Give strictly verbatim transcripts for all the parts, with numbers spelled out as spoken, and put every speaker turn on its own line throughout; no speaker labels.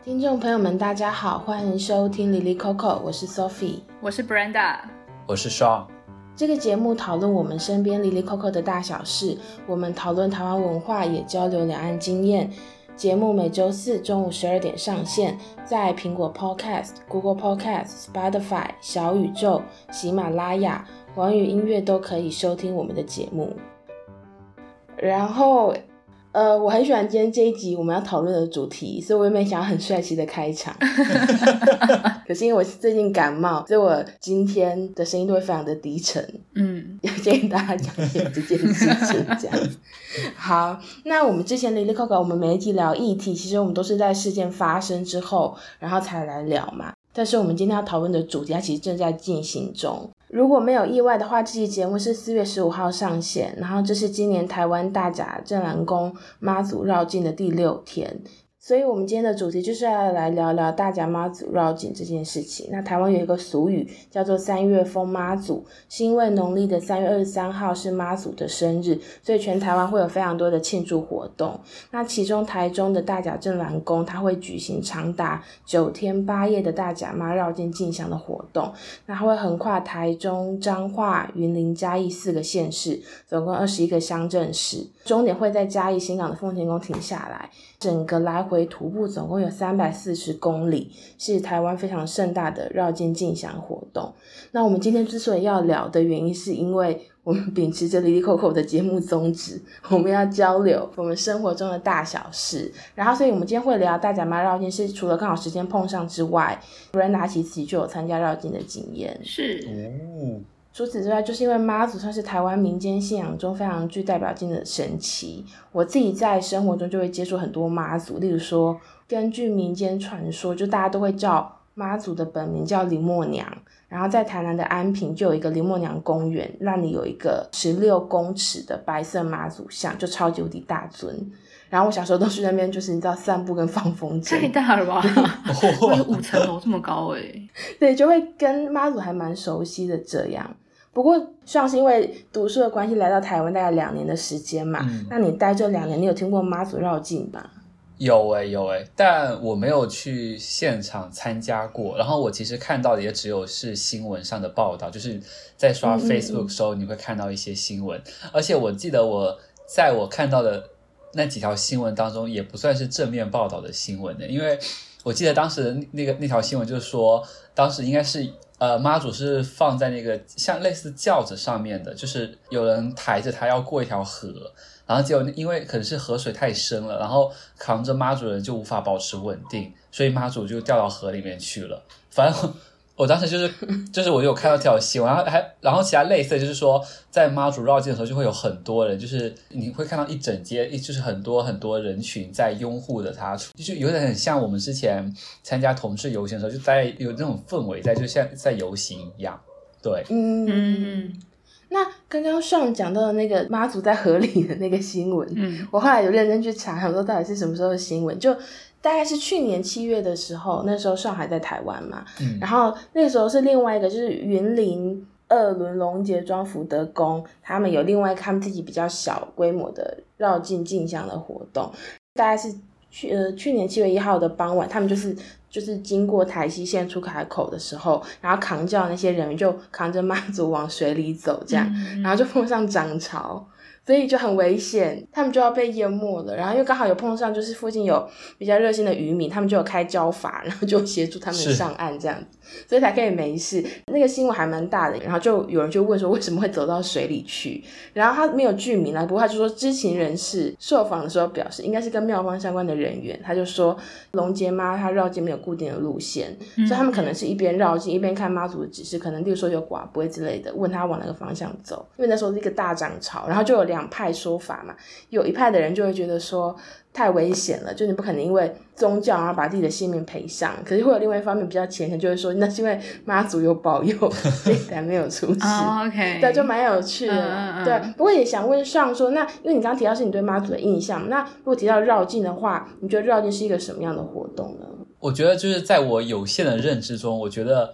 听众朋友们大家好，欢迎收听 Lily Coco， 我是 Sophie，
我是 Brenda，
我是 Sean。
这个节目讨论我们身边 Lily Coco 的大小事，我们讨论台湾文化，也交流两岸经验。节目每周四中午十二点上线，在苹果 Podcast、Google Podcast、Spotify、小宇宙、喜马拉雅、网易音乐都可以收听我们的节目。然后呃，我很喜欢今天这一集我们要讨论的主题，所以我原本想要很帅气的开场可是因为我最近感冒，所以我今天的声音都会非常的低沉，嗯，要建议大家讲一下这件事情这样好，那我们之前的 Lily Coco 我们每一集聊议题，其实我们都是在事件发生之后然后才来聊嘛，但是我们今天要讨论的主题它其实正在进行中。如果没有意外的话，这期节目是四月十五号上线，然后这是今年台湾大甲镇澜宫妈祖绕境的第六天，所以我们今天的主题就是要来聊聊大甲妈祖绕境这件事情。那台湾有一个俗语叫做三月封妈祖，是因为农历的三月二十三号是妈祖的生日，所以全台湾会有非常多的庆祝活动。那其中台中的大甲镇澜宫它会举行长达九天八夜的大甲妈绕境进香的活动，那它会横跨台中、彰化、云林、嘉义四个县市，总共二十一个乡镇市，终点会在嘉义新港的奉天宫停下来，整个来回徒步总共有三百四十公里，是台湾非常盛大的绕境进香活动。那我们今天之所以要聊的原因，是因为我们秉持着 Lily Coco 的节目宗旨，我们要交流我们生活中的大小事，然后所以我们今天会聊大甲妈绕境，是除了刚好时间碰上之外 Brenda 其实自己就有参加绕境的经验，
是
哦。
除此之外，就是因为妈祖算是台湾民间信仰中非常具代表性的神祇，我自己在生活中就会接触很多妈祖，例如说根据民间传说，就大家都会叫妈祖的本名叫林默娘，然后在台南的安平就有一个林默娘公园，那里有一个十六公尺的白色妈祖像，就超级无敌大尊，然后我小时候都去那边，就是你知道散步跟放风筝，
太大了吧我有五层楼这么高耶、欸、
对，就会跟妈祖还蛮熟悉的这样。不过像是因为读书的关系来到台湾大概两年的时间嘛、嗯、那你待这两年你有听过妈祖绕境吗？
有诶、欸、有诶、欸、但我没有去现场参加过，然后我其实看到的也只有是新闻上的报道，就是在刷 Facebook 的时候你会看到一些新闻、嗯嗯嗯、而且我记得我在我看到的那几条新闻当中也不算是正面报道的新闻的，因为我记得当时那个那条新闻就是说当时应该是呃，妈祖是放在那个像类似轿子上面的，就是有人抬着他要过一条河，然后结果因为可能是河水太深了，然后扛着妈祖的人就无法保持稳定，所以妈祖就掉到河里面去了。反正我当时就是就是我有看到这条新闻，然后还然后其他类似就是说在妈祖绕境的时候就会有很多人，就是你会看到一整街就是很多很多人群在拥护着他，就是有点很像我们之前参加同志游行的时候就在有那种氛围在，就像在游行一样。对，
嗯嗯。那刚刚上讲到的那个妈祖在河里的那个新闻、嗯、我后来有认真去查，想说到底是什么时候的新闻，就大概是去年七月的时候，那时候上海在台湾嘛、嗯、然后那个时候是另外一个就是云林二轮龙节庄福德宫，他们有另外一个他们自己比较小规模的绕境进香的活动，大概是去呃去年七月一号的傍晚，他们就是就是经过台西线出海口的时候，然后扛轿那些人就扛着妈祖往水里走这样、嗯、然后就碰上涨潮，所以就很危险，他们就要被淹没了。然后因为刚好有碰上就是附近有比较热心的渔民，他们就有开礁筏，然后就协助他们上岸这样子，所以才可以没事。那个新闻还蛮大的，然后就有人就问说为什么会走到水里去，然后他没有具名啦，不过他就说知情人士受访的时候表示应该是跟庙方相关的人员，他就说龙节妈他绕境没有固定的路线、嗯、所以他们可能是一边绕境一边看妈祖的指示，可能例如说有寡杯之类的问他往哪个方向走，因为那时候是一个大涨潮，然后就有两派说法嘛，有一派的人就会觉得说太危险了，就你不可能因为宗教然后把自己的性命赔上，可是会有另外一方面比较虔诚就会说那是因为妈祖有保佑所以才没有出事、
oh, okay.
对，就蛮有趣的、uh, uh, uh. 对，不过也想问上说，那因为你刚刚提到是你对妈祖的印象，那如果提到绕境的话，你觉得绕境是一个什么样的活动呢？
我觉得就是在我有限的认知中，我觉得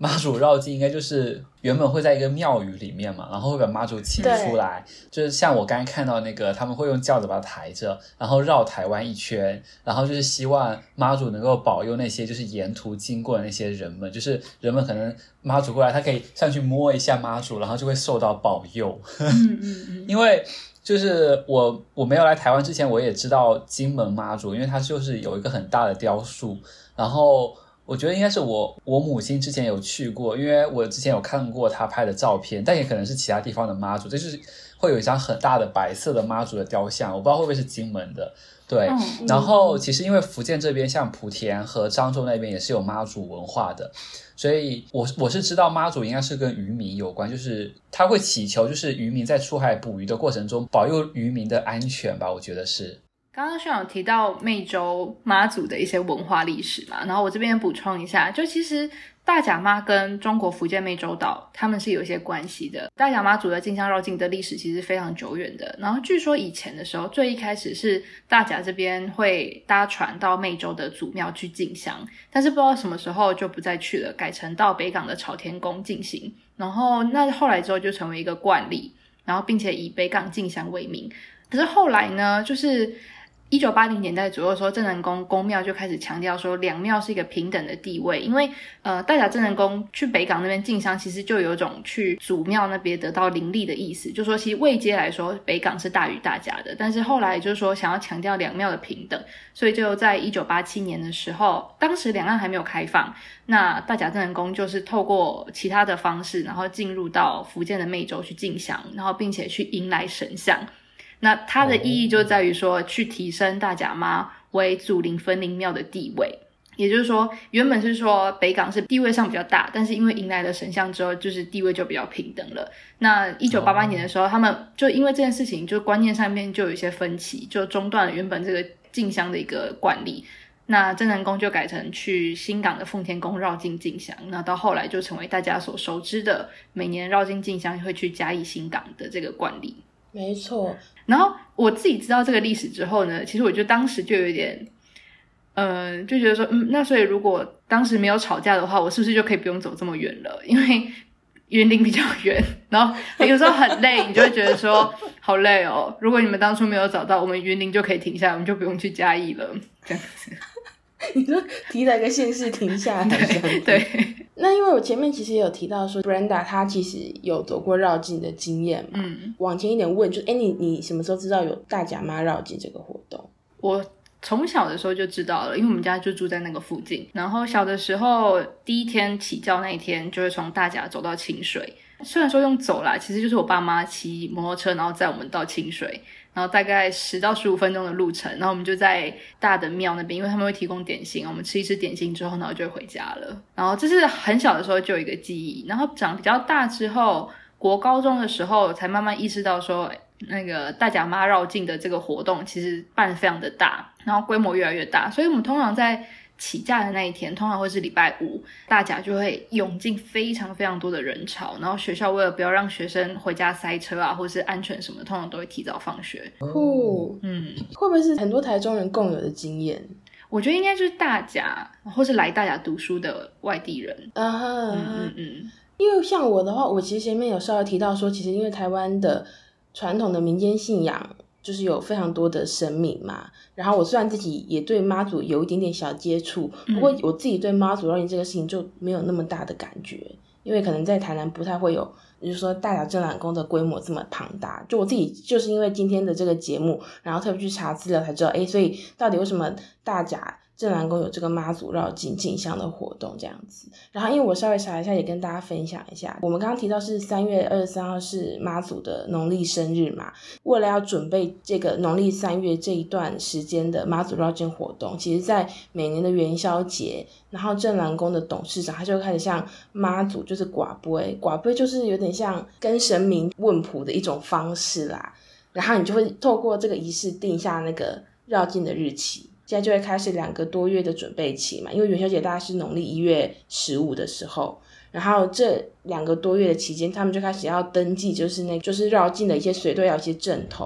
妈祖绕境应该就是原本会在一个庙宇里面嘛，然后会把妈祖请出来，就是像我刚才看到那个他们会用轿子把它抬着，然后绕台湾一圈，然后就是希望妈祖能够保佑那些就是沿途经过的那些人们，就是人们可能妈祖过来他可以上去摸一下妈祖，然后就会受到保佑。
嗯嗯嗯，
因为就是我我没有来台湾之前我也知道金门妈祖，因为它就是有一个很大的雕塑，然后我觉得应该是我我母亲之前有去过，因为我之前有看过她拍的照片，但也可能是其他地方的妈祖，这就是会有一张很大的白色的妈祖的雕像，我不知道会不会是金门的。对、嗯、然后其实因为福建这边像莆田和漳州那边也是有妈祖文化的，所以我我是知道妈祖应该是跟渔民有关，就是他会祈求就是渔民在出海捕鱼的过程中保佑渔民的安全吧，我觉得是。
刚刚学长有提到湄洲妈祖的一些文化历史嘛，然后我这边补充一下，就其实大甲妈跟中国福建湄洲岛他们是有一些关系的。大甲妈祖的进香绕境的历史其实非常久远的，然后据说以前的时候最一开始是大甲这边会搭船到湄洲的祖庙去进香，但是不知道什么时候就不再去了，改成到北港的朝天宫进行，然后那后来之后就成为一个惯例，然后并且以北港进香为名。可是后来呢，就是一九八零年代左右的时候，镇南宫宫庙就开始强调说两庙是一个平等的地位，因为呃大甲镇南宫去北港那边进香其实就有一种去祖庙那边得到灵力的意思，就是说其实位阶来说北港是大于大甲的，但是后来就是说想要强调两庙的平等，所以就在一九八七年的时候，当时两岸还没有开放，那大甲镇南宫就是透过其他的方式然后进入到福建的湄洲去进香，然后并且去迎来神像，那它的意义就在于说去提升大甲妈为祖灵分灵庙的地位，也就是说原本是说北港是地位上比较大，但是因为迎来了神像之后就是地位就比较平等了。那一九八八年的时候、oh. 他们就因为这件事情就观念上面就有一些分歧，就中断了原本这个进香的一个惯例，那镇南宫就改成去新港的奉天宫绕境进香，那到后来就成为大家所熟知的每年绕境进香会去嘉义新港的这个惯例。
没错，
然后我自己知道这个历史之后呢，其实我就当时就有点呃，就觉得说嗯，那所以如果当时没有吵架的话，我是不是就可以不用走这么远了，因为云林比较远，然后有时候很累你就会觉得说好累哦，如果你们当初没有找到，我们云林就可以停下来，我们就不用去嘉义了，这样子。
你说提了一个县市停下来，
对对。
那因为我前面其实也有提到说 Brenda 她其实有走过绕境的经验嘛，嗯，往前一点问，就哎，你你什么时候知道有大甲妈绕境这个活动？
我从小的时候就知道了，因为我们家就住在那个附近，然后小的时候第一天起轿那一天就会从大甲走到清水，虽然说用走啦，其实就是我爸妈骑摩托车然后载我们到清水，然后大概十到十五分钟的路程，然后我们就在大的庙那边，因为他们会提供点心，我们吃一吃点心之后然后就会回家了。然后这是很小的时候就有一个记忆，然后长比较大之后，国高中的时候才慢慢意识到说那个大甲妈绕境的这个活动其实办得非常的大，然后规模越来越大，所以我们通常在起驾的那一天通常会是礼拜五，大甲就会涌进非常非常多的人潮，然后学校为了不要让学生回家塞车啊或是安全什么的，通常都会提早放学。
酷，嗯，会不会是很多台中人共有的经验？
我觉得应该就是大甲或是来大甲读书的外地人。
啊哈，嗯嗯嗯。因为像我的话，我其实前面有稍微提到说，其实因为台湾的传统的民间信仰就是有非常多的神明嘛，然后我虽然自己也对妈祖有一点点小接触，不过我自己对妈祖绕境这个事情就没有那么大的感觉，因为可能在台南不太会有就是说大甲镇南宫的规模这么庞大，就我自己就是因为今天的这个节目然后特别去查资料才知道，诶，所以到底为什么大甲镇南宫有这个妈祖绕境进香的活动这样子。然后因为我稍微查一下也跟大家分享一下，我们刚刚提到是三月二十三号是妈祖的农历生日嘛，为了要准备这个农历三月这一段时间的妈祖绕境活动，其实在每年的元宵节，然后镇南宫的董事长他就开始向妈祖就是寡杯，寡杯就是有点像跟神明问卜的一种方式啦，然后你就会透过这个仪式定下那个绕境的日期，现在就会开始两个多月的准备期嘛，因为元宵节大概是农历一月十五的时候，然后这两个多月的期间他们就开始要登记，就是那就是绕境的一些随队要一些阵头，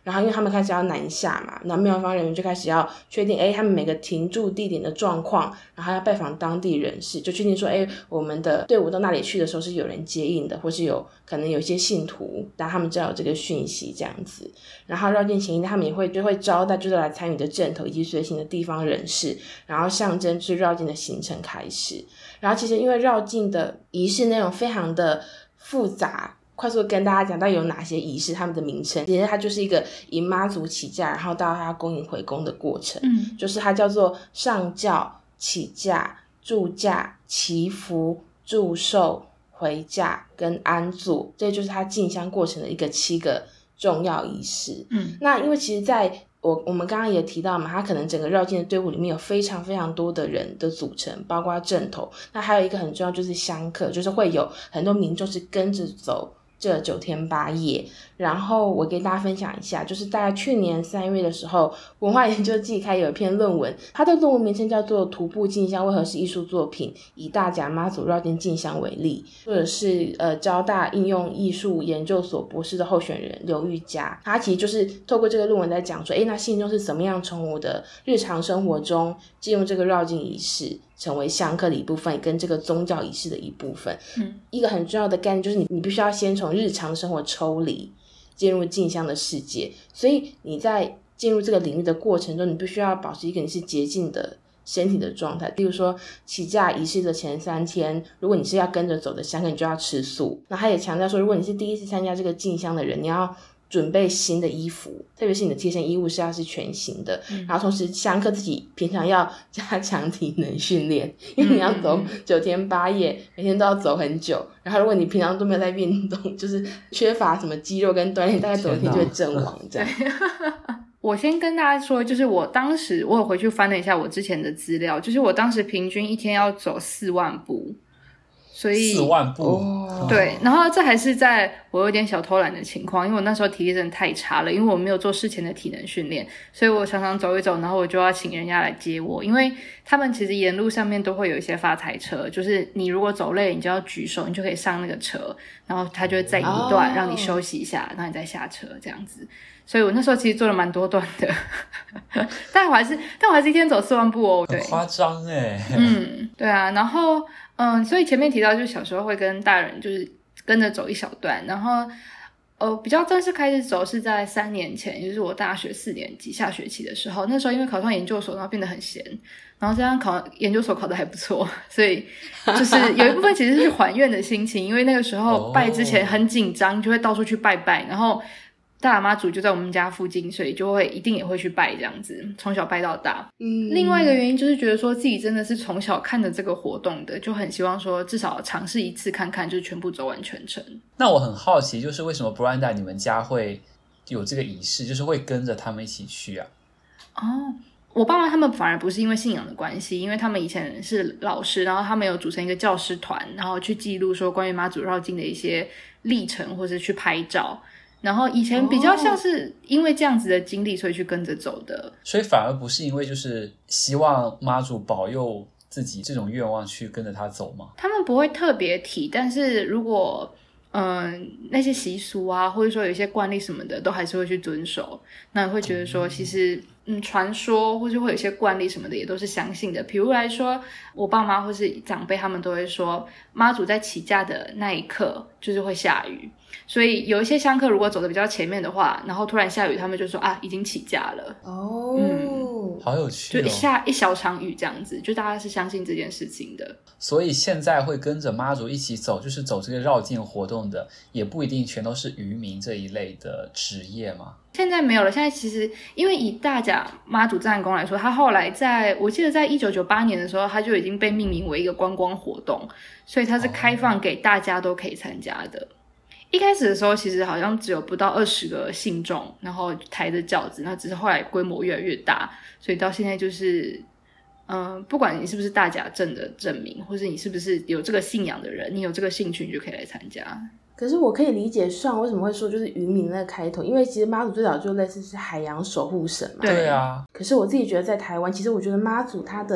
然后因为他们开始要南下嘛，然后庙方人员就开始要确定诶他们每个停驻地点的状况，然后要拜访当地人士，就确定说诶我们的队伍到那里去的时候是有人接应的，或是有可能有一些信徒让他们知道有这个讯息这样子。然后绕境前一天他们也会就会招待就是来参与的阵头以及随行的地方人士，然后象征就是绕境的行程开始。然后其实因为绕境的仪式内容非常的复杂，快速跟大家讲到有哪些仪式他们的名称，其实它就是一个以妈祖起驾然后到他恭迎回宫的过程、嗯、就是它叫做上轿、起驾、祝驾、祈福、祝寿、回驾跟安坐，这就是它进香过程的一个七个重要仪式。嗯，那因为其实在我我们刚刚也提到嘛，它可能整个绕境的队伍里面有非常非常多的人的组成，包括阵头，那还有一个很重要就是香客，就是会有很多民众是跟着走这九天八夜。然后我给大家分享一下，就是大概去年三月的时候，文化研究季刊有一篇论文，它的论文名称叫做徒步进香为何是艺术作品，以大甲妈祖绕境进香为例，或者是呃交大应用艺术研究所博士的候选人刘玉佳，他其实就是透过这个论文在讲说，诶那信众是怎么样从我的日常生活中进入这个绕境仪式，成为香客的一部分，跟这个宗教仪式的一部分。嗯，一个很重要的概念就是你你必须要先从日常生活抽离，进入进香的世界。所以你在进入这个领域的过程中，你必须要保持一个你是洁净的身体的状态。例如说起驾仪式的前三天，如果你是要跟着走的香客，你就要吃素。那他也强调说，如果你是第一次参加这个进香的人，你要准备新的衣服，特别是你的贴身衣物是要是全新的、嗯、然后同时香客自己平常要加强体能训练，因为你要走九天八夜、嗯、每天都要走很久，然后如果你平常都没有在运动，就是缺乏什么肌肉跟锻炼，大概走一天就会阵亡这样。
我先跟大家说，就是我当时我有回去翻了一下我之前的资料，就是我当时平均一天要走四万步，所以
四万步、
哦、对，然后这还是在我有点小偷懒的情况，因为我那时候体力真的太差了，因为我没有做事前的体能训练，所以我常常走一走，然后我就要请人家来接我，因为他们其实沿路上面都会有一些发财车，就是你如果走累了你就要举手，你就可以上那个车，然后他就会载一段让你休息一下、oh. 然后你再下车这样子，所以我那时候其实做了蛮多段的但我还是但我还是一天走四万步哦，对，
很夸张耶。
嗯，对啊，然后嗯，所以前面提到就是小时候会跟大人就是跟着走一小段，然后呃比较正式开始走是在三年前，也就是我大学四年级下学期的时候，那时候因为考上研究所然后变得很闲，然后这样考研究所考得还不错，所以就是有一部分其实是还愿的心情，因为那个时候拜之前很紧张，就会到处去拜拜，然后大甲妈祖就在我们家附近，所以就会一定也会去拜这样子，从小拜到大。嗯，另外一个原因就是觉得说自己真的是从小看着这个活动的，就很希望说至少尝试一次看看，就是全部走完全程。
那我很好奇，就是为什么 Brenda 你们家会有这个仪式，就是会跟着他们一起去啊？
哦，我爸妈他们反而不是因为信仰的关系，因为他们以前是老师，然后他们有组成一个教师团，然后去记录说关于妈祖绕境的一些历程，或是去拍照。然后以前比较像是因为这样子的经历所以去跟着走的，
所以反而不是因为就是希望妈祖保佑自己这种愿望去跟着他走吗？
他们不会特别提，但是如果嗯那些习俗啊或者说有一些惯例什么的都还是会去遵守，那会觉得说其实嗯传说或是会有一些惯例什么的也都是相信的。比如来说我爸妈或是长辈他们都会说妈祖在起驾的那一刻就是会下雨，所以有一些香客如果走得比较前面的话，然后突然下雨，他们就说啊已经起驾了。
哦，
嗯，好有趣哦，
就下一小场雨这样子，就大家是相信这件事情的。
所以现在会跟着妈祖一起走，就是走这个绕境活动的也不一定全都是渔民这一类的职业吗？
现在没有了，现在其实因为以大甲妈祖战功来说，他后来在我记得在一九九八年的时候他就已经被命名为一个观光活动，所以它是开放给大家都可以参加的。一开始的时候其实好像只有不到二十个信众，然后抬着轿子，那只是后来规模越来越大，所以到现在就是嗯、呃，不管你是不是大甲镇的镇民，或是你是不是有这个信仰的人，你有这个兴趣你就可以来参加。
可是我可以理解上为什么会说就是渔民那个开头，因为其实妈祖最早就类似是海洋守护神嘛。
对啊。
可是我自己觉得在台湾，其实我觉得妈祖他的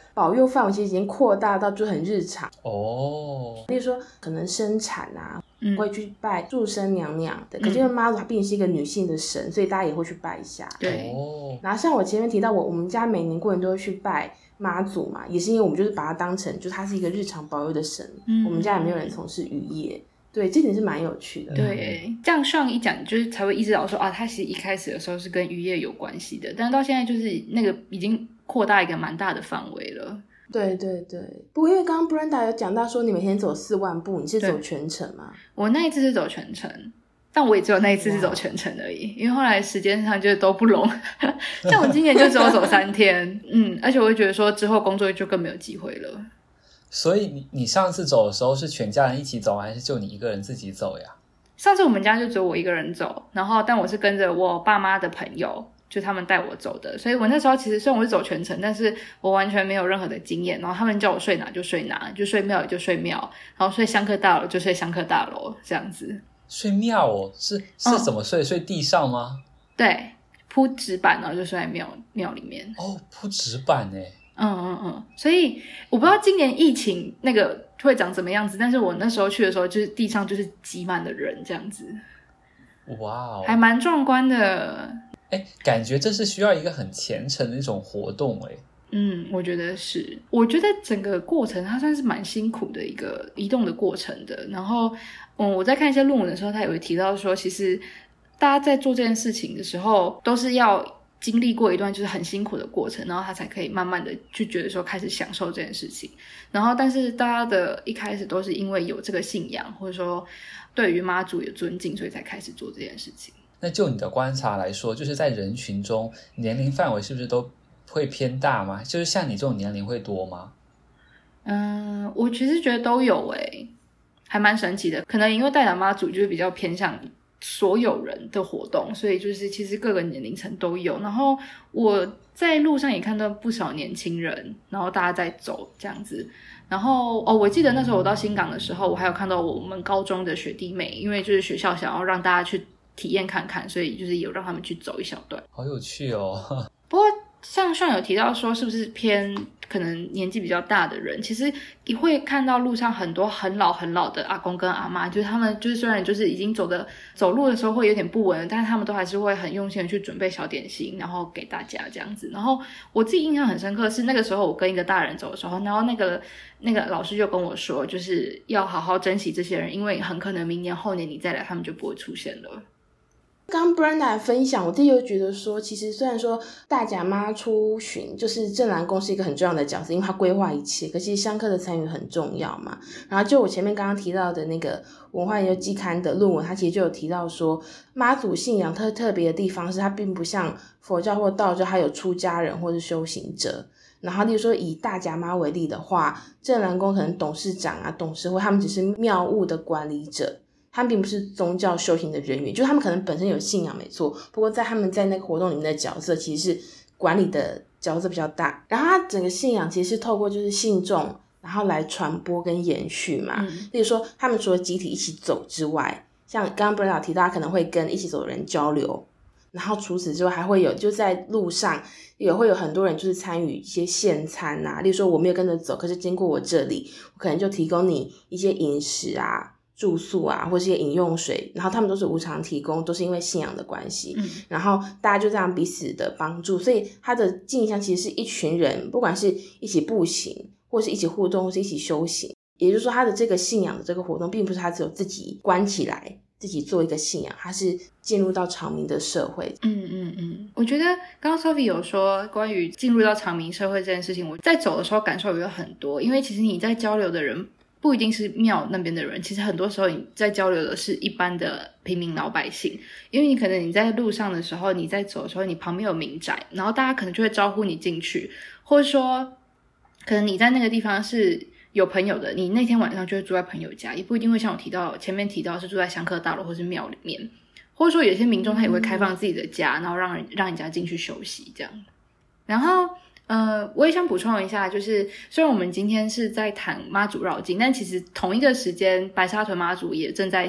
保佑范围其实已经扩大到就很日常
哦。
例如说可能生产啊、
嗯、
会去拜祝生娘娘的，可是因为妈祖她毕竟是一个女性的神，所以大家也会去拜一下。
对、
哦、
然后像我前面提到我我们家每年过年都会去拜妈祖嘛，也是因为我们就是把它当成就它是一个日常保佑的神、嗯、我们家也没有人从事渔业，对，这点是蛮有趣的。
对，这样上一讲就是才会意识到说啊，它其实一开始的时候是跟渔业有关系的，但是到现在就是那个已经扩大一个蛮大的范围了。
对对对，不过因为刚刚 Brenda 有讲到说你每天走四万步，你是走全程吗？
我那一次是走全程，但我也只有那一次是走全程而已，因为后来时间上就都不拢像我今年就只有走三天嗯，而且我会觉得说之后工作就更没有机会了。
所以你你上次走的时候是全家人一起走还是就你一个人自己走呀？
上次我们家就只有我一个人走，然后但我是跟着我爸妈的朋友，就他们带我走的，所以我那时候其实虽然我是走全程，但是我完全没有任何的经验，然后他们叫我睡哪就睡哪，就睡庙也就睡庙，然后睡香客大楼就睡香客大楼这样子。
睡庙哦？是是怎么睡、嗯、睡地上吗？
对，铺纸板然后就睡在庙庙里面。
哦，铺纸板耶。
嗯嗯嗯，所以我不知道今年疫情那个会长怎么样子，但是我那时候去的时候就是地上就是挤满了人这样子。
哇哦，
还蛮壮观的。
哎，感觉这是需要一个很虔诚的一种活动哎。
嗯，我觉得是，我觉得整个过程它算是蛮辛苦的一个移动的过程的。然后，嗯，我在看一些论文的时候，他也会提到说，其实大家在做这件事情的时候，都是要经历过一段就是很辛苦的过程，然后他才可以慢慢的去觉得说开始享受这件事情。然后，但是大家的一开始都是因为有这个信仰，或者说对于妈祖有尊敬，所以才开始做这件事情。
那就你的观察来说，就是在人群中年龄范围是不是都会偏大吗？就是像你这种年龄会多吗？
嗯，我其实觉得都有诶，还蛮神奇的。可能因为代表妈祖就是比较偏向所有人的活动，所以就是其实各个年龄层都有。然后我在路上也看到不少年轻人，然后大家在走这样子。然后哦，我记得那时候我到新港的时候，我还有看到我们高中的学弟妹，因为就是学校想要让大家去体验看看，所以就是有让他们去走一小段。
好有趣哦。
不过像上有提到说是不是偏可能年纪比较大的人，其实你会看到路上很多很老很老的阿公跟阿嬷，就是他们就是虽然就是已经走的走路的时候会有点不稳，但是他们都还是会很用心的去准备小点心，然后给大家这样子。然后我自己印象很深刻的是那个时候我跟一个大人走的时候，然后那个那个老师就跟我说，就是要好好珍惜这些人，因为很可能明年后年你再来他们就不会出现了。
刚 Brenda 分享，我自己又觉得说，其实虽然说大甲妈出巡就是镇澜宫是一个很重要的角色，因为它规划一切，可是香客的参与很重要嘛。然后就我前面刚刚提到的那个文化研究季刊的论文，它其实就有提到说，妈祖信仰特特别的地方是它并不像佛教或道教，它有出家人或是修行者。然后例如说以大甲妈为例的话，镇澜宫可能董事长啊、董事会他们只是庙务的管理者，他们并不是宗教修行的人员，就是他们可能本身有信仰没错，不过在他们在那个活动里面的角色其实是管理的角色比较大。然后他整个信仰其实是透过就是信众然后来传播跟延续嘛、嗯、例如说他们除了集体一起走之外，像刚刚 Brenda 提到他可能会跟一起走的人交流，然后除此之外还会有就在路上也会有很多人就是参与一些献餐啊，例如说我没有跟着走，可是经过我这里我可能就提供你一些饮食啊住宿啊或是一些饮用水，然后他们都是无偿提供，都是因为信仰的关系、嗯、然后大家就这样彼此的帮助，所以他的镜像其实是一群人不管是一起步行或是一起互动或是一起修行，也就是说他的这个信仰的这个活动并不是他只有自己关起来自己做一个信仰，他是进入到常民的社会。
嗯嗯嗯，我觉得刚刚 Sophie 有说关于进入到常民社会这件事情，我在走的时候感受有很多，因为其实你在交流的人不一定是庙那边的人，其实很多时候你在交流的是一般的平民老百姓，因为你可能你在路上的时候，你在走的时候你旁边有民宅，然后大家可能就会招呼你进去，或者说可能你在那个地方是有朋友的，你那天晚上就会住在朋友家，也不一定会像我提到前面提到是住在香客大楼或是庙里面，或者说有些民众他也会开放自己的家、嗯、然后让人让人家进去休息这样。然后呃，我也想补充一下，就是虽然我们今天是在谈妈祖绕境，但其实同一个时间白沙屯妈祖也正在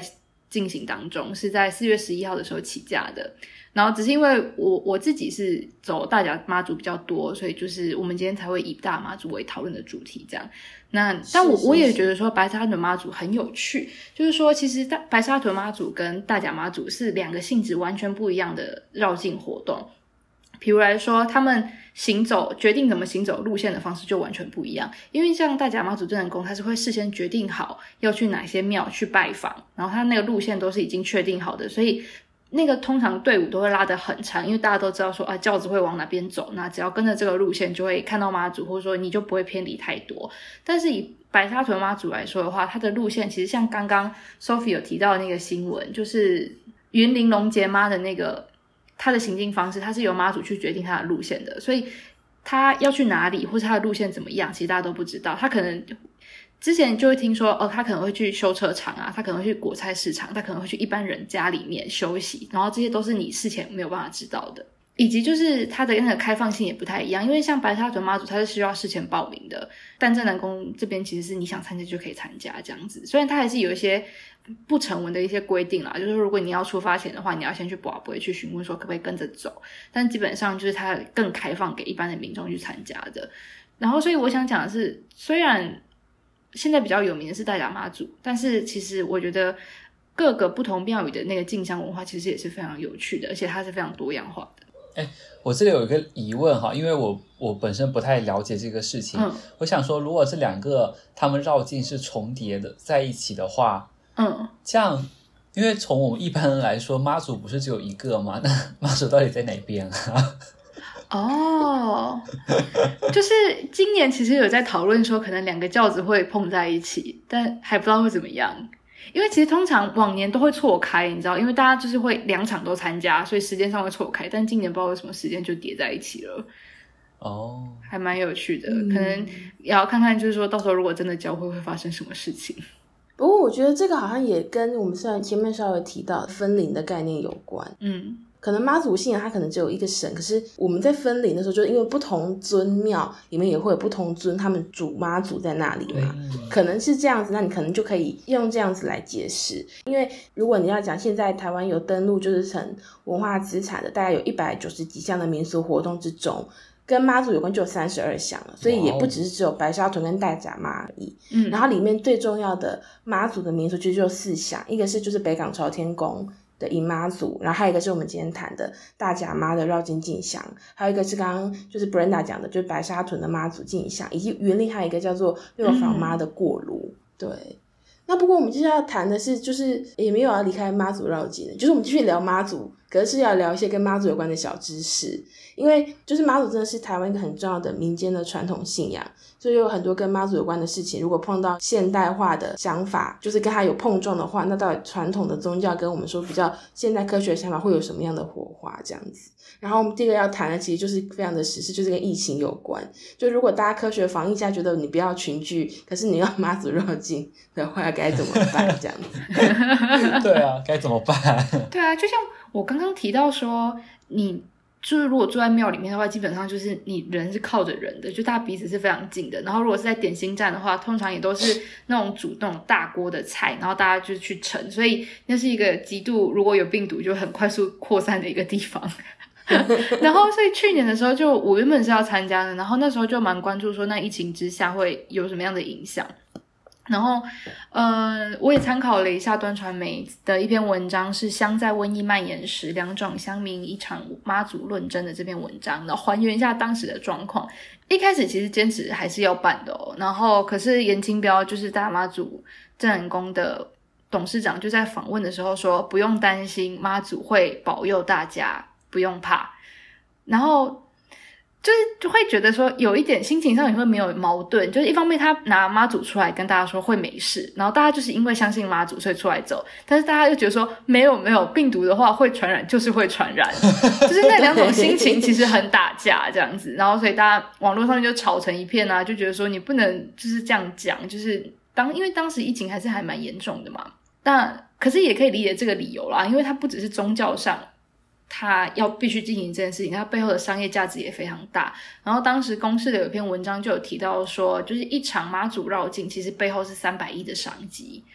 进行当中，是在四月十一号的时候起驾的。然后只是因为我我自己是走大甲妈祖比较多，所以就是我们今天才会以大妈祖为讨论的主题这样。那但我我也觉得说白沙屯妈祖很有趣，就是说其实大白沙屯妈祖跟大甲妈祖是两个性质完全不一样的绕境活动。比如来说，他们行走决定怎么行走路线的方式就完全不一样。因为像大甲妈祖真人宫，他是会事先决定好要去哪些庙去拜访，然后他那个路线都是已经确定好的，所以那个通常队伍都会拉得很长，因为大家都知道说啊轿子会往哪边走，那只要跟着这个路线就会看到妈祖，或者说你就不会偏离太多。但是以白沙屯妈祖来说的话，它的路线其实像刚刚 Sophie 有提到的那个新闻，就是云林龙杰妈的那个他的行进方式，他是由妈祖去决定他的路线的，所以他要去哪里或是他的路线怎么样，其实大家都不知道。他可能之前就会听说哦，他可能会去修车厂啊，他可能会去果菜市场，他可能会去一般人家里面休息，然后这些都是你事前没有办法知道的。以及就是它的那个开放性也不太一样，因为像白沙屯妈祖它是需要事前报名的，但正南宫这边其实是你想参加就可以参加这样子。虽然它还是有一些不成文的一些规定啦，就是如果你要出发前的话，你要先去拔杯去询问说可不可以跟着走，但基本上就是它更开放给一般的民众去参加的。然后所以我想讲的是，虽然现在比较有名的是大甲妈祖，但是其实我觉得各个不同庙宇的那个进香文化其实也是非常有趣的，而且它是非常多样化的。
哎，我这里有一个疑问哈，因为我我本身不太了解这个事情，嗯，我想说，如果这两个他们绕境是重叠的在一起的话，
嗯，
这样，因为从我们一般人来说，妈祖不是只有一个吗？那妈祖到底在哪边啊？
哦，就是今年其实有在讨论说，可能两个轿子会碰在一起，但还不知道会怎么样。因为其实通常往年都会错开，你知道，因为大家就是会两场都参加，所以时间上会错开，但今年不知道为什么时间就叠在一起了。
哦，
还蛮有趣的，嗯，可能也要看看就是说到时候如果真的交会会发生什么事情。
不过我觉得这个好像也跟我们虽然前面稍微提到分灵的概念有关。
嗯，
可能妈祖信仰它可能只有一个神，可是我们在分灵的时候，就因为不同尊庙里面也会有不同尊他们主妈祖在那里嘛，可能是这样子，那你可能就可以用这样子来解释。因为如果你要讲现在台湾有登录就是成文化资产的大概有一百九十几项的民俗活动之中，跟妈祖有关就有三十二项了，所以也不只是只有白沙屯跟大甲妈而已。嗯，然后里面最重要的妈祖的民俗其实就有四项，一个是就是北港朝天宫的迎妈祖，然后还有一个是我们今天谈的大甲妈的绕境进香，还有一个是刚刚就是 Brenda 讲的就是白沙屯的妈祖进香，以及云林还有一个叫做六房妈的过炉。嗯，对，那不过我们接下来要谈的是就是也没有要离开妈祖绕境的，就是我们继续聊妈祖，可是要聊一些跟妈祖有关的小知识。因为就是妈祖真的是台湾一个很重要的民间的传统信仰，所以有很多跟妈祖有关的事情，如果碰到现代化的想法，就是跟它有碰撞的话，那到底传统的宗教跟我们说比较现代科学的想法会有什么样的火花这样子。然后我们第一个要谈的其实就是非常的时事，就是跟疫情有关。就如果大家科学防疫下觉得你不要群聚，可是你要妈祖绕境的话该怎么办这样子。
对啊，该怎么办？
对啊，就像我刚刚提到说，你就是如果住在庙里面的话，基本上就是你人是靠着人的，就大家彼此是非常近的。然后如果是在点心站的话，通常也都是那种煮那种大锅的菜，然后大家就去盛，所以那是一个极度如果有病毒就很快速扩散的一个地方。然后所以去年的时候就我原本是要参加的，然后那时候就蛮关注说那疫情之下会有什么样的影响。然后呃，我也参考了一下端传媒的一篇文章，是香在瘟疫蔓延时两种乡民一场妈祖论争的这篇文章，然后还原一下当时的状况。一开始其实坚持还是要办的哦，然后可是严清标就是大妈祖正人宫的董事长就在访问的时候说不用担心，妈祖会保佑大家，不用怕。然后就是就会觉得说有一点心情上也会没有矛盾，就是一方面他拿妈祖出来跟大家说会没事，然后大家就是因为相信妈祖所以出来走，但是大家又觉得说没有没有病毒的话会传染就是会传染，就是那两种心情其实很打架这样子。然后所以大家网络上面就吵成一片啊，就觉得说你不能就是这样讲，就是当因为当时疫情还是还蛮严重的嘛，那可是也可以理解这个理由啦，因为它不只是宗教上他要必须进行这件事情，他背后的商业价值也非常大。然后当时公视的有一篇文章就有提到说，就是一场妈祖绕境其实背后是三百亿的商机，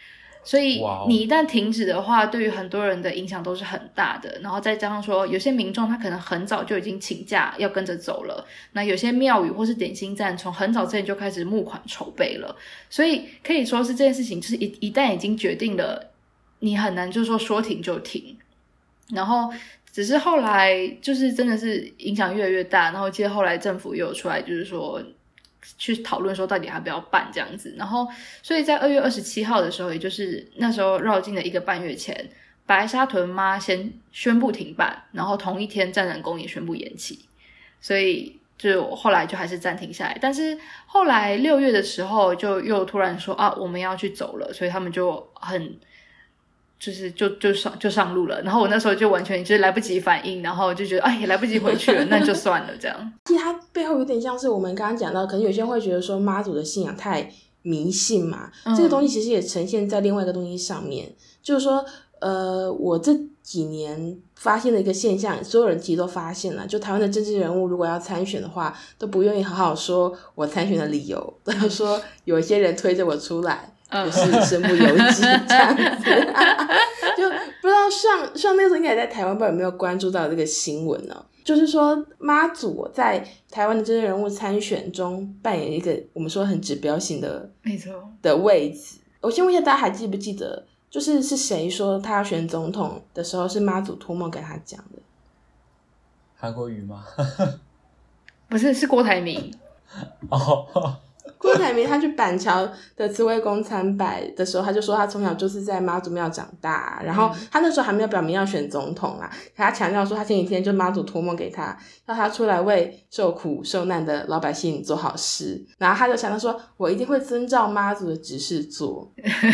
所以你一旦停止的话，对于很多人的影响都是很大的。然后再加上说，有些民众他可能很早就已经请假要跟着走了，那有些庙宇或是点心站从很早之前就开始募款筹备了，所以可以说是这件事情就是一一旦已经决定了，你很难就是说说停就停。然后只是后来就是真的是影响越来越大，然后接着后来政府又有出来就是说去讨论说到底要不要办这样子。然后所以在二月二十七号的时候，也就是那时候绕境的一个半月前，白沙屯妈先宣布停办，然后同一天战南宫也宣布延期，所以就后来就还是暂停下来。但是后来六月的时候就又突然说啊我们要去走了，所以他们就很就是就就上就上路了。然后我那时候就完全就是来不及反应，然后就觉得哎也来不及回去了那就算了这样。
其实它背后有点像是我们刚刚讲到，可能有些人会觉得说妈祖的信仰太迷信嘛、嗯、这个东西其实也呈现在另外一个东西上面，就是说呃，我这几年发现的一个现象，所有人其实都发现了，就台湾的政治人物如果要参选的话，都不愿意好好说我参选的理由，都要说有一些人推着我出来，就是身不由己这样子就不知道像像那时候应该也在台湾，不知道有没有关注到这个新闻呢？就是说妈祖在台湾的政治人物参选中扮演一个我们说很指标性的
没错
的位置。我先问一下大家还记不记得，就是是谁说他要选总统的时候是妈祖托梦跟他讲的？
韩国瑜吗？
不是，是郭台铭。
哦
郭台铭他去板桥的慈惠宫参拜的时候，他就说他从小就是在妈祖庙长大，然后他那时候还没有表明要选总统啦，可他强调说他前几天就妈祖托梦给他，要他出来为受苦受难的老百姓做好事，然后他就强调说我一定会遵照妈祖的指示做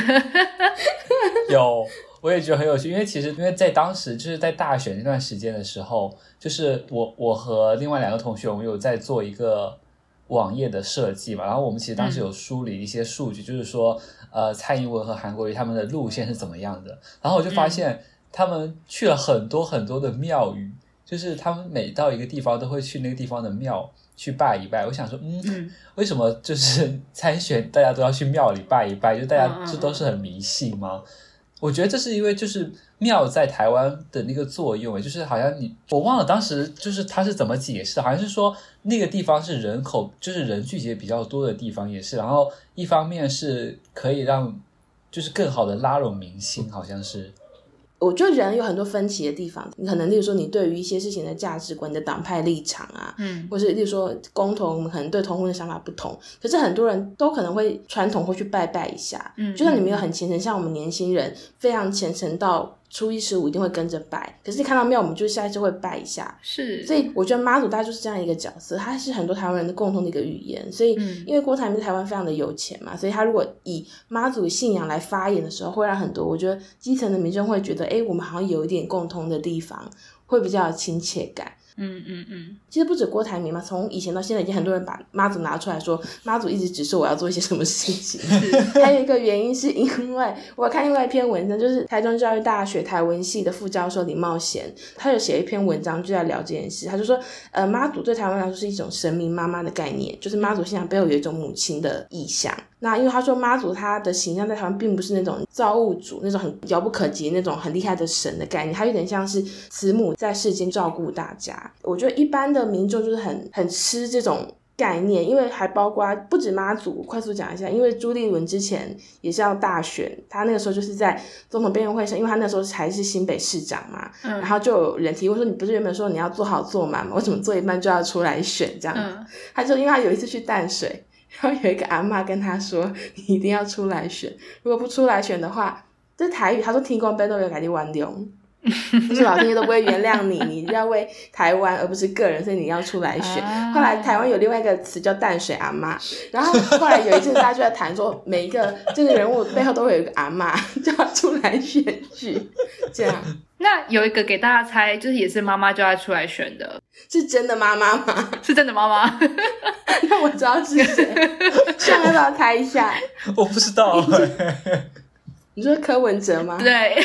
有，我也觉得很有趣，因为其实因为在当时就是在大选那段时间的时候，就是我我和另外两个同学我们有在做一个网页的设计嘛，然后我们其实当时有梳理一些数据、嗯、就是说呃，蔡英文和韩国瑜他们的路线是怎么样的，然后我就发现他们去了很多很多的庙宇、嗯、就是他们每到一个地方都会去那个地方的庙去拜一拜。我想说嗯, 嗯为什么就是参选大家都要去庙里拜一拜，就大家这都是很迷信吗？嗯嗯嗯我觉得这是因为就是庙在台湾的那个作用，就是好像你我忘了当时就是他是怎么解释，好像是说那个地方是人口就是人聚集比较多的地方也是，然后一方面是可以让就是更好的拉拢民心，好像是。
我觉得人有很多分歧的地方，你可能例如说你对于一些事情的价值观，你的党派立场啊，嗯，或是例如说公投我们可能对同婚的想法不同，可是很多人都可能会传统会去拜拜一下，嗯，就算你没有很虔诚，像我们年轻人非常虔诚到初一十五一定会跟着拜，可是你看到庙我们就下一次会拜一下，
是，
所以我觉得妈祖大概就是这样一个角色，它是很多台湾人的共同的一个语言。所以因为郭台铭在台湾非常的有钱嘛，所以他如果以妈祖信仰来发言的时候，会让很多我觉得基层的民众会觉得诶我们好像有一点共同的地方，会比较有亲切感。
嗯嗯嗯，
其实不止郭台铭嘛，从以前到现在已经很多人把妈祖拿出来说妈祖一直指示我要做一些什么事情还有一个原因是因为我看另外一篇文章，就是台中教育大学台文系的副教授李茂贤，他有写一篇文章就在聊这件事。他就说呃，妈祖对台湾来说是一种神明妈妈的概念，就是妈祖信仰背后有一种母亲的意象。那因为他说妈祖他的形象在台湾并不是那种造物主那种很遥不可及那种很厉害的神的概念，他有点像是慈母在世间照顾大家。我觉得一般的民众就是很很吃这种概念，因为还包括不止妈祖，快速讲一下，因为朱立伦之前也是要大选，他那个时候就是在总统辩论会上，因为他那时候还是新北市长嘛、嗯、然后就有人提过说你不是原本说你要做好做满吗，为什么做一半就要出来选这样、嗯、他就因为他有一次去淡水，然后有一个阿嬷跟他说你一定要出来选，如果不出来选的话，这是台语，他说天公伯都有给你原谅就是老天爷都不会原谅你，你要为台湾而不是个人，所以你要出来选、啊、后来台湾有另外一个词叫淡水阿嬷，然后后来有一阵大家就在谈说每一个这个人物背后都会有一个阿嬷就要出来选举这样。
那有一个给大家猜，就是也是妈妈就要出来选的，
是真的妈妈吗？
是真的妈妈
那我知道是谁现在要不要猜一下？
我不知道
你说柯文哲吗？
对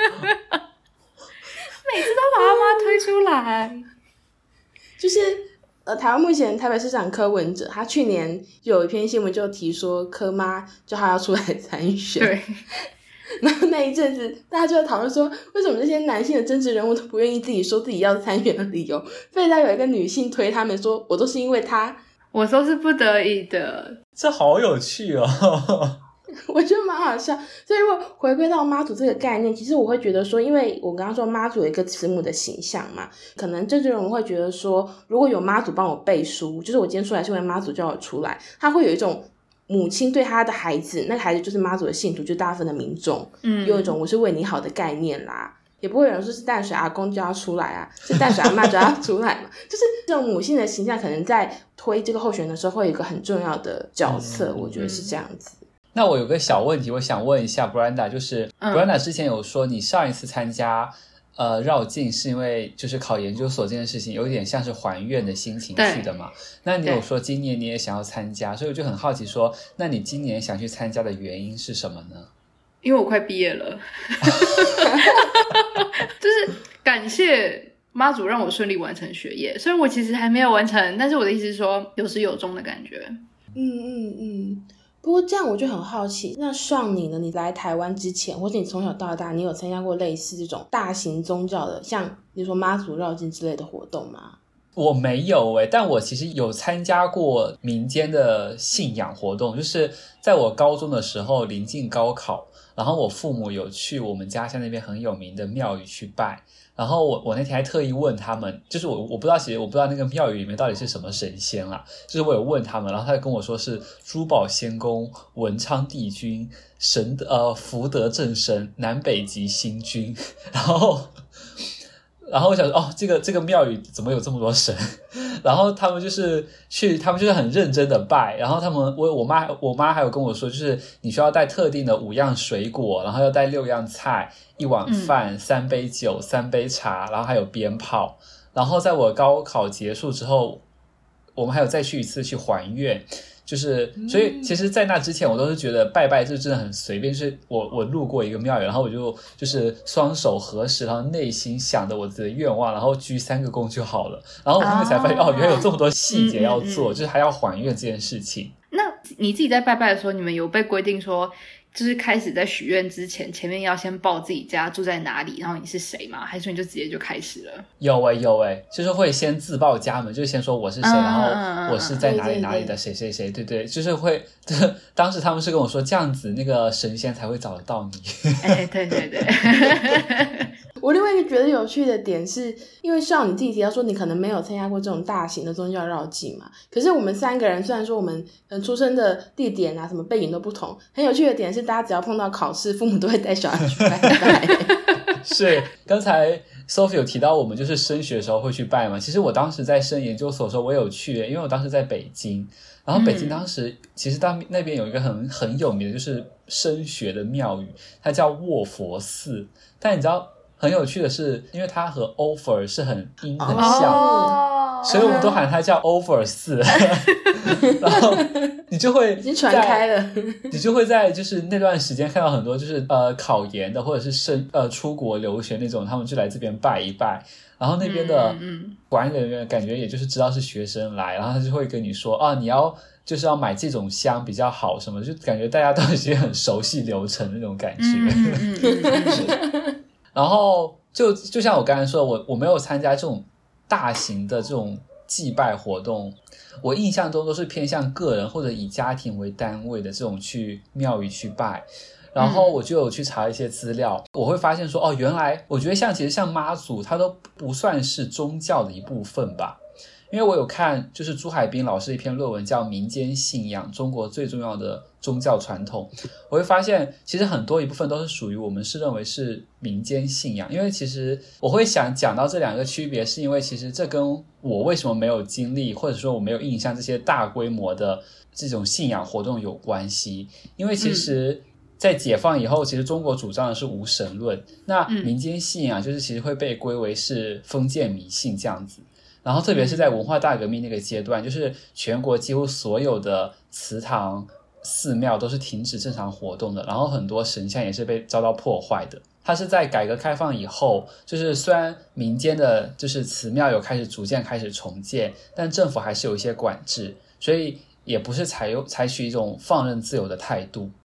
每次都把妈妈推出来，
就是呃，台湾目前台北市长柯文哲，他去年有一篇新闻就提说柯妈就他要出来参选，
对，
然后那一阵子大家就在讨论说，为什么这些男性的政治人物都不愿意自己说自己要参选的理由，非得有一个女性推他们说我都是因为他，
我都是不得已的。
这好有趣哦
我觉得蛮好笑。所以如果回归到妈祖这个概念，其实我会觉得说，因为我刚刚说妈祖有一个慈母的形象嘛，可能政治人物会觉得说，如果有妈祖帮我背书，就是我今天出来是因为妈祖叫我出来，他会有一种母亲对他的孩子，那个孩子就是妈祖的信徒，就是大部分的民众，嗯，有一种我是为你好的概念啦。也不会有人说是淡水阿公就要出来啊，是淡水阿嬷就要出来嘛。就是这种母性的形象可能在推这个候选的时候会有一个很重要的角色，嗯，我觉得是这样子。
那我有个小问题我想问一下 Brenda， 就是 Brenda 之前有说你上一次参加呃绕境是因为就是考研究所这件事情有点像是还愿的心情去的嘛，那你有说今年你也想要参加，所以我就很好奇说，那你今年想去参加的原因是什么呢？
因为我快毕业了就是感谢妈祖让我顺利完成学业，虽然我其实还没有完成，但是我的意思是说有始有终的感觉。
嗯嗯嗯。不过这样我就很好奇，那上你呢？你来台湾之前，或者你从小到大，你有参加过类似这种大型宗教的，像比如说妈祖绕境之类的活动吗？
我没有诶、欸，但我其实有参加过民间的信仰活动，就是在我高中的时候临近高考，然后我父母有去我们家乡那边很有名的庙宇去拜，然后我我那天还特意问他们，就是我我不知道其实我不知道那个庙宇里面到底是什么神仙啦，就是我有问他们，然后他就跟我说是珠宝仙公、文昌帝君、神呃福德正神、南北极星君，然后然后我想说哦，这个这个庙宇怎么有这么多神？然后他们就是去，他们就是很认真的拜。然后他们，我我妈我妈还有跟我说，就是你需要带特定的五样水果，然后要带六样菜，一碗饭，嗯、三杯酒，三杯茶，然后还有鞭炮。然后在我高考结束之后，我们还有再去一次去还愿。就是所以其实在那之前我都是觉得拜拜就真的很随便，就是我我路过一个庙宇，然后我就就是双手合十，然后内心想着我自己的愿望，然后鞠三个躬就好了，然后我后面才发现、啊、哦原来有这么多细节要做、嗯嗯嗯、就是还要还愿这件事情。
那你自己在拜拜的时候，你们有被规定说就是开始在许愿之前前面要先报自己家住在哪里，然后你是谁吗？还是你就直接就开始了？
有诶、欸、有诶、欸、就是会先自报家门，就是先说我是谁、嗯、然后我是在哪里哪里的谁谁谁，对对，就是会当时他们是跟我说这样子那个神仙才会找得到你。
哎，对对对
我另外一个觉得有趣的点是，因为像你自己提到说你可能没有参加过这种大型的宗教绕境嘛，可是我们三个人虽然说我们出生的地点啊什么背景都不同，很有趣的点是大家只要碰到考试，父母都会带小孩去拜拜。
是刚才 Sophie 有提到我们就是升学的时候会去拜嘛，其实我当时在升研究所的时候我有去，因为我当时在北京，然后北京当时、嗯、其实当那边有一个很很有名的就是升学的庙宇，它叫卧佛寺，但你知道很有趣的是，因为它和 offer 是很音很像、oh, 所以我们都喊它叫 over 寺然后你就会
已经传开了，
你就会在就是那段时间看到很多就是呃考研的或者是升呃出国留学那种，他们就来这边拜一拜，然后那边的管理人员感觉也就是知道是学生来，然后他就会跟你说啊你要就是要买这种香比较好什么，就感觉大家都已经很熟悉流程那种感觉。嗯嗯然后就就像我刚才说的，我我没有参加这种大型的这种祭拜活动，我印象中都是偏向个人或者以家庭为单位的这种去庙宇去拜。然后我就有去查一些资料、嗯、我会发现说哦，原来我觉得像其实像妈祖它都不算是宗教的一部分吧。因为我有看就是朱海滨老师一篇论文叫《民间信仰：中国最重要的宗教传统》，我会发现其实很多一部分都是属于我们是认为是民间信仰。因为其实我会想讲到这两个区别，是因为其实这跟我为什么没有经历或者说我没有印象这些大规模的这种信仰活动有关系。因为其实在解放以后，其实中国主张的是无神论，那民间信仰就是其实会被归为是封建迷信这样子。然后特别是在文化大革命那个阶段，就是全国几乎所有的祠堂寺庙都是停止正常活动的，然后很多神像也是被遭到破坏的。它是在改革开放以后，就是虽然民间的就是祠庙有开始逐渐开始重建，但政府还是有一些管制，所以也不是采用采取一种放任自由的态度。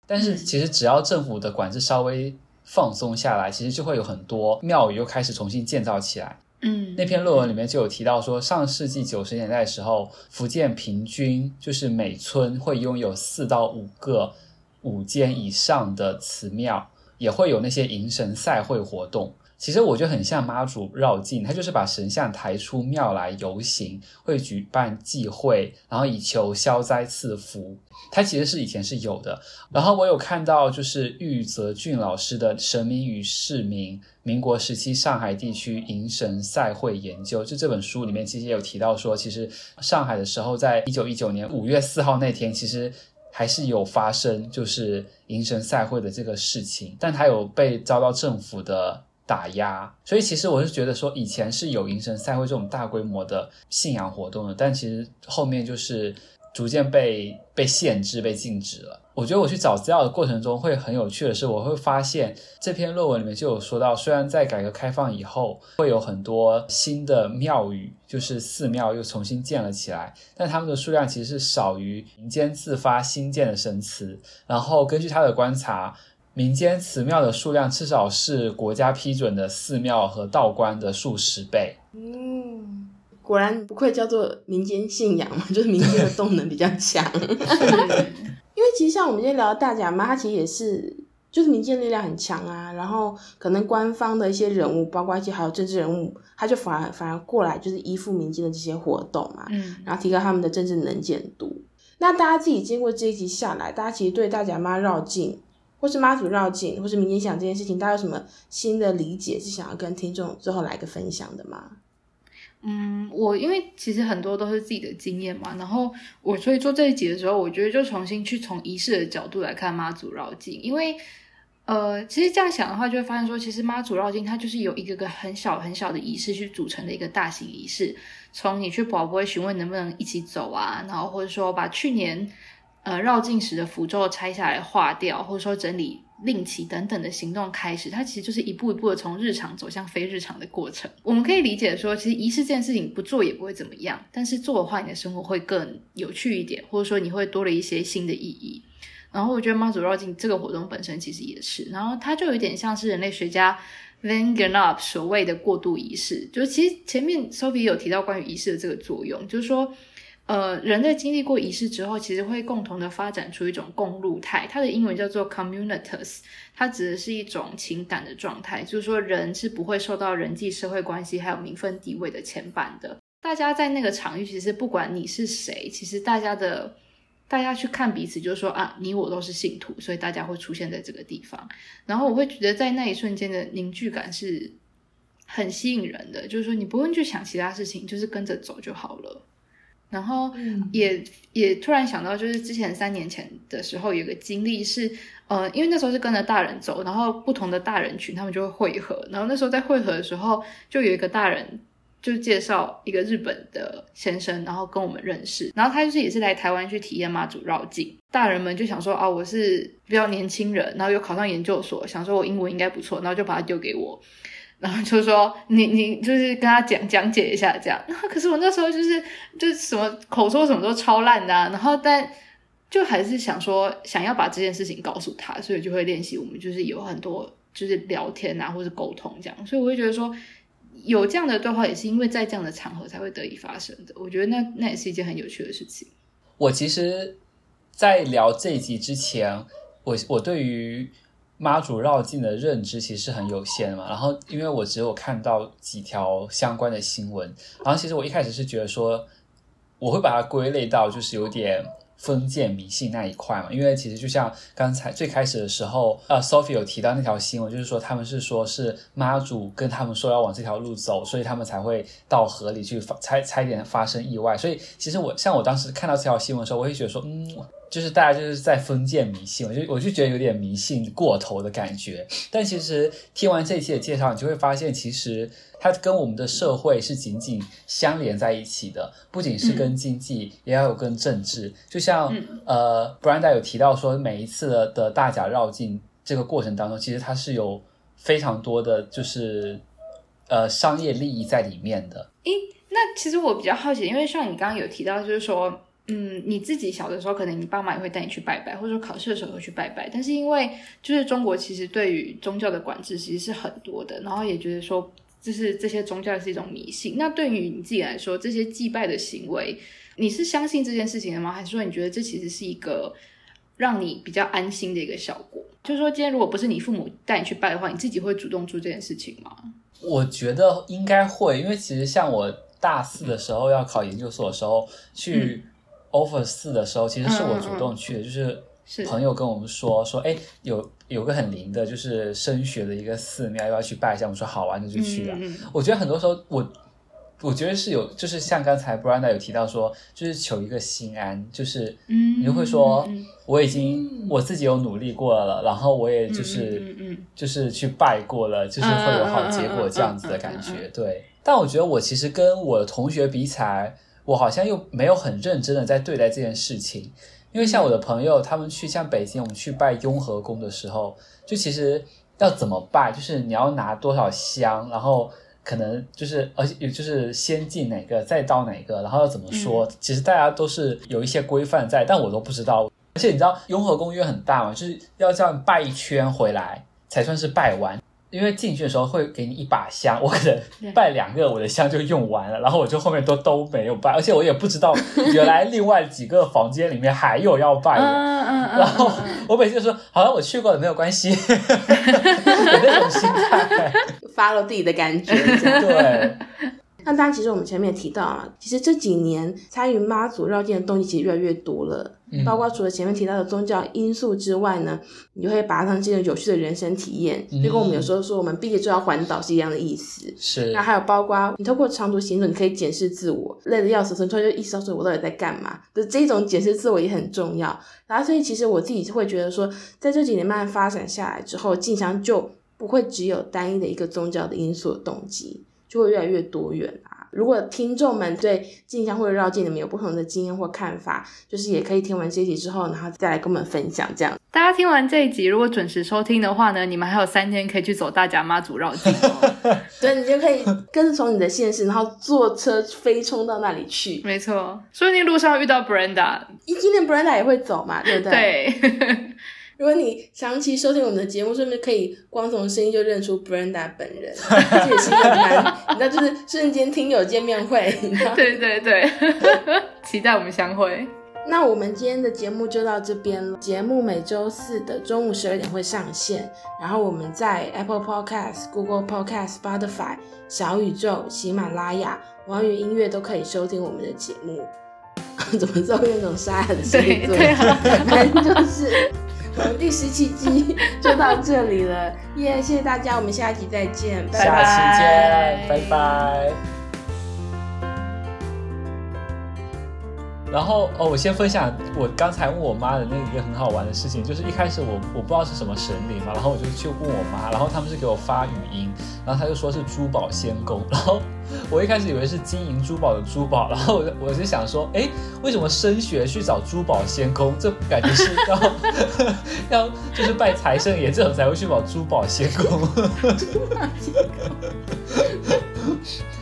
但是其实只要政府的管制稍微放松下来，其实就会有很多庙宇又开始重新建造起来。
嗯，
那篇论文里面就有提到说，上世纪九十年代的时候，福建平均就是每村会拥有四到五个五间以上的祠庙，也会有那些迎神赛会活动。其实我觉得很像妈祖绕境，它就是把神像抬出庙来游行，会举办祭会，然后以求消灾赐福。它其实是以前是有的。然后我有看到就是玉泽俊老师的《神明与市民：民国时期上海地区迎神赛会研究》，就这本书里面其实也有提到说，其实上海的时候在一九一九年五月四号那天，其实还是有发生就是迎神赛会的这个事情，但它有被遭到政府的打压。所以其实我是觉得说，以前是有迎神赛会这种大规模的信仰活动的，但其实后面就是逐渐被被限制被禁止了。我觉得我去找资料的过程中会很有趣的是，我会发现这篇论文里面就有说到，虽然在改革开放以后会有很多新的庙宇，就是寺庙又重新建了起来，但他们的数量其实是少于民间自发新建的神祠。然后根据他的观察，民间祠庙的数量至少是国家批准的寺庙和道观的数十倍。
嗯，果然不愧叫做民间信仰嘛，就是民间的动能比较强。因为其实像我们今天聊的大甲妈，它其实也是就是民间力量很强啊，然后可能官方的一些人物，包括一些还有政治人物，他就反而反而过来就是依附民间的这些活动嘛，
嗯，
然后提高他们的政治能见度。那大家自己经过这一集下来，大家其实对大甲妈绕境或是妈祖绕境或是民间信仰这件事情，大家有什么新的理解是想要跟听众最后来个分享的吗？
嗯，我因为其实很多都是自己的经验嘛，然后我所以做这一集的时候，我觉得就重新去从仪式的角度来看妈祖绕境。因为呃，其实这样想的话，就会发现说，其实妈祖绕境它就是有一个个很小很小的仪式去组成的一个大型仪式。从你去保卜询问能不能一起走啊，然后或者说把去年呃绕境时的符咒拆下来化掉，或者说整理令旗等等的行动开始，它其实就是一步一步的从日常走向非日常的过程。我们可以理解说，其实仪式这件事情不做也不会怎么样，但是做的话，你的生活会更有趣一点，或者说你会多了一些新的意义。然后我觉得妈祖绕境这个活动本身其实也是，然后它就有点像是人类学家 Van Gennep 所谓的过渡仪式。就是其实前面 Sophie 有提到关于仪式的这个作用，就是说呃，人在经历过仪式之后，其实会共同的发展出一种共入态，它的英文叫做 communitas， 它指的是一种情感的状态，就是说人是不会受到人际社会关系还有名分地位的牵绊的。大家在那个场域，其实不管你是谁，其实大家的大家去看彼此，就是说啊，你我都是信徒，所以大家会出现在这个地方。然后我会觉得在那一瞬间的凝聚感是很吸引人的，就是说你不用去想其他事情，就是跟着走就好了。然后也、嗯、也突然想到，就是之前三年前的时候有个经历是，呃，因为那时候是跟着大人走，然后不同的大人群他们就会汇合，然后那时候在汇合的时候，就有一个大人就介绍一个日本的先生，然后跟我们认识，然后他就是也是来台湾去体验妈祖绕境。大人们就想说啊，我是比较年轻人，然后又考上研究所，想说我英文应该不错，然后就把他丢给我。然后就说你你就是跟他讲讲解一下这样，然后可是我那时候就是就是什么口说什么都超烂的啊，然后但就还是想说想要把这件事情告诉他，所以就会练习我们就是有很多就是聊天啊或是沟通这样，所以我会觉得说有这样的对话也是因为在这样的场合才会得以发生的，我觉得那那也是一件很有趣的事情。
我其实在聊这一集之前，我我对于妈祖绕境的认知其实是很有限的嘛，然后因为我只有看到几条相关的新闻，然后其实我一开始是觉得说我会把它归类到就是有点封建迷信那一块嘛，因为其实就像刚才最开始的时候呃 Sophie 有提到那条新闻，就是说他们是说是妈祖跟他们说要往这条路走，所以他们才会到河里去差差一点发生意外。所以其实我像我当时看到这条新闻的时候，我会觉得说嗯就是大家就是在封建迷信，我就我就觉得有点迷信过头的感觉。但其实听完这一期的介绍，你就会发现其实它跟我们的社会是紧紧相连在一起的，不仅是跟经济、嗯、也要有跟政治。就像、嗯、呃 Brenda 有提到说每一次 的, 的大甲绕境这个过程当中，其实它是有非常多的就是呃商业利益在里面的。
诶，那其实我比较好奇，因为像你刚刚有提到就是说嗯，你自己小的时候可能你爸妈也会带你去拜拜，或者说考试的时候会去拜拜，但是因为就是中国其实对于宗教的管制其实是很多的，然后也觉得说就是这些宗教是一种迷信。那对于你自己来说，这些祭拜的行为你是相信这件事情的吗？还是说你觉得这其实是一个让你比较安心的一个效果？就是说今天如果不是你父母带你去拜的话，你自己会主动做这件事情吗？
我觉得应该会，因为其实像我大四的时候要考研究所的时候去 offer 四的时候、嗯、其实是我主动去的、嗯嗯嗯、就是朋友跟我们说说哎，有有个很灵的就是升学的一个寺庙要不要去拜一下，我们说好玩，那就去了、嗯嗯、我觉得很多时候我我觉得是有，就是像刚才 Brenda 有提到说就是求一个心安，就是你就会说、嗯、我已经、嗯、我自己有努力过了，然后我也就是、嗯嗯嗯、就是去拜过了，就是会有好结果这样子的感觉、嗯嗯嗯嗯、对。但我觉得我其实跟我的同学比起来，我好像又没有很认真的在对待这件事情。因为像我的朋友他们去像北京我们去拜雍和宫的时候，就其实要怎么拜，就是你要拿多少香，然后可能就是而且就是先进哪个再到哪个，然后要怎么说、嗯、其实大家都是有一些规范在，但我都不知道。而且你知道雍和宫因为很大嘛，就是要这样拜一圈回来才算是拜完，因为进去的时候会给你一把香，我可能拜两个我的香就用完了，然后我就后面都都没有拜，而且我也不知道原来另外几个房间里面还有要拜的然后我每次就说好像我去过了没有关系有那种心态
follow自己的感觉
对。
那当然其实我们前面也提到啊，其实这几年参与妈祖绕境的动机其实越来越多了、嗯、包括除了前面提到的宗教因素之外呢，你就会把它当成有趣的人生体验、嗯、就跟我们有时候说我们毕业就要环岛是一样的意思。
是。
那还有包括你透过长途行走你可以检视自我，累得要死的时候突然就意识到说我到底在干嘛的这种检视自我也很重要。然后所以其实我自己会觉得说在这几年慢慢发展下来之后，进香就不会只有单一的一个宗教的因素的动机，就会越来越多元啊。如果听众们对进香或者绕境你们有不同的经验或看法，就是也可以听完这一集之后然后再来跟我们分享这样。
大家听完这一集如果准时收听的话呢，你们还有三天可以去走大甲妈祖绕境哦
对，你就可以跟着从你的县市然后坐车飞冲到那里去。
没错，说不定路上遇到 Brenda，
今天 Brenda 也会走嘛，对不对？
对
如果你长期收听我们的节目，是不是可以光从声音就认出 Brenda 本人？这也是一个蛮，你知道，就是瞬间听友见面会。
对对对，期待我们相会。
那我们今天的节目就到这边了。节目每周四的中午十二点会上线，然后我们在 Apple Podcast、Google Podcast、Spotify、小宇宙、喜马拉雅、网易音乐都可以收听我们的节目。怎么做那种沙哑的声音？
对对啊，
反正就是我们第十七集就到这里了，耶、yeah, ！谢谢大家，我们下一集再见，拜拜。
下期见，拜拜。然后哦，我先分享我刚才问我妈的那一个很好玩的事情，就是一开始我我不知道是什么神灵嘛，然后我就去问我妈，然后他们是给我发语音，然后他就说是珠宝仙公，然后我一开始以为是金银珠宝的珠宝，然后我就我就想说，哎，为什么升学去找珠宝仙公？这感觉是要要就是拜财神爷这种才会去找珠宝仙公。珠宝仙公